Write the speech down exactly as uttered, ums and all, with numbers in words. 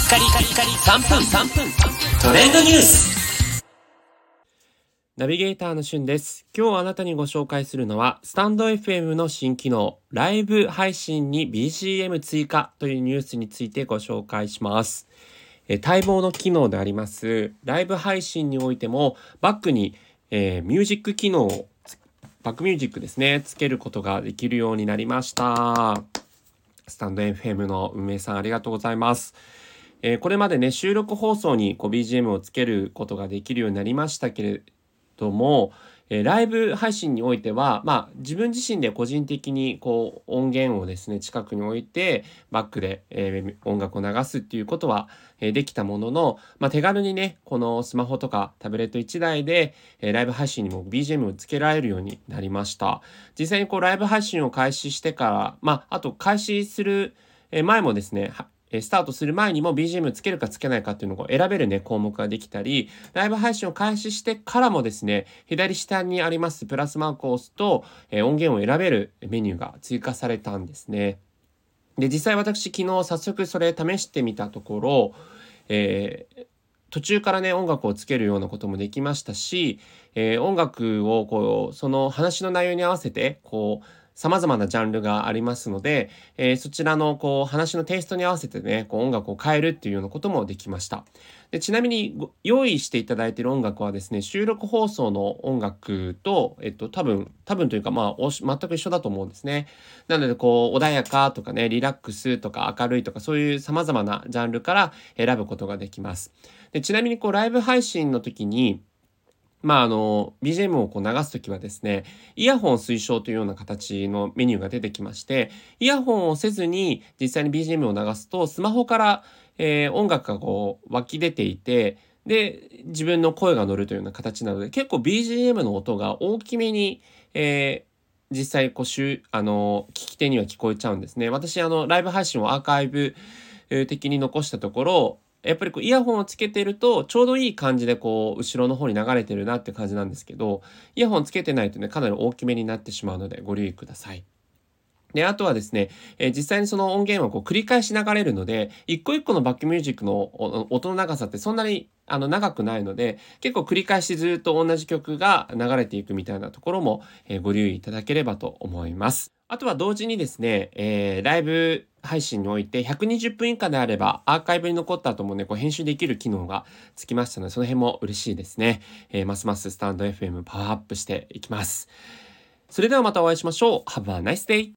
カリカリカリさんぷんさんぷんトレンドニュース。 ナビゲーターのしゅんです。今日あなたにご紹介するのはスタンド エフエム の新機能、ライブ配信に ビージーエム 追加というニュースについてご紹介します。え待望の機能でありますライブ配信においてもバックに、えー、ミュージック機能をバックミュージックですねつけることができるようになりました。スタンド エフエム の運営さんありがとうございます。えー、これまでね収録放送にこう ビージーエム をつけることができるようになりましたけれども、えー、ライブ配信においては、まあ、自分自身で個人的にこう音源をですね近くに置いてバックで、えー、音楽を流すっていうことは、えー、できたものの、まあ、手軽にねこのスマホとかタブレットいちだいで、えー、ライブ配信にも ビージーエム をつけられるようになりました。実際にこうライブ配信を開始してから、まあ、あと開始する前もですねスタートする前にも ビージーエム つけるかつけないかっていうのを選べるね項目ができたり、ライブ配信を開始してからもですね左下にありますプラスマークを押すと、えー、音源を選べるメニューが追加されたんですね。で実際私昨日早速それ試してみたところ、えー途中からね音楽をつけるようなこともできましたし、えー、音楽をこうその話の内容に合わせてこう様々なジャンルがありますので、えー、そちらのこう話のテイストに合わせてねこう音楽を変えるっていうようなこともできました。でちなみに用意していただいている音楽はですね収録放送の音楽と、えっと、多分多分というかまあ全く一緒だと思うんですね。なのでこう穏やかとかねリラックスとか明るいとかそういう様々なジャンルから選ぶことができます。でちなみにこうライブ配信の時にまああの ビージーエム をこう流すときはですねイヤホン推奨というような形のメニューが出てきまして、イヤホンをせずに実際に ビージーエム を流すとスマホから、えー、音楽がこう湧き出ていて、で自分の声が乗るというような形なので結構 ビージーエム の音が大きめに、えー実際こうしゅあの聞き手には聞こえちゃうんですね。私あのライブ配信をアーカイブ的に残したところやっぱりこうイヤホンをつけてるとちょうどいい感じでこう後ろの方に流れてるなって感じなんですけど、イヤホンつけてないとねかなり大きめになってしまうのでご留意ください。であとはですね、えー、実際にその音源はこう繰り返し流れるので一個一個のバックミュージックの音の長さってそんなにあの長くないので結構繰り返しずっと同じ曲が流れていくみたいなところも、えー、ご留意いただければと思います。あとは同時にですね、えー、ライブ配信においてひゃくにじゅっぷん以下であればアーカイブに残った後もねこう編集できる機能がつきましたのでその辺も嬉しいですね。えー、ますますスタンド エフエム パワーアップしていきます。それではまたお会いしましょう。Have a nice day!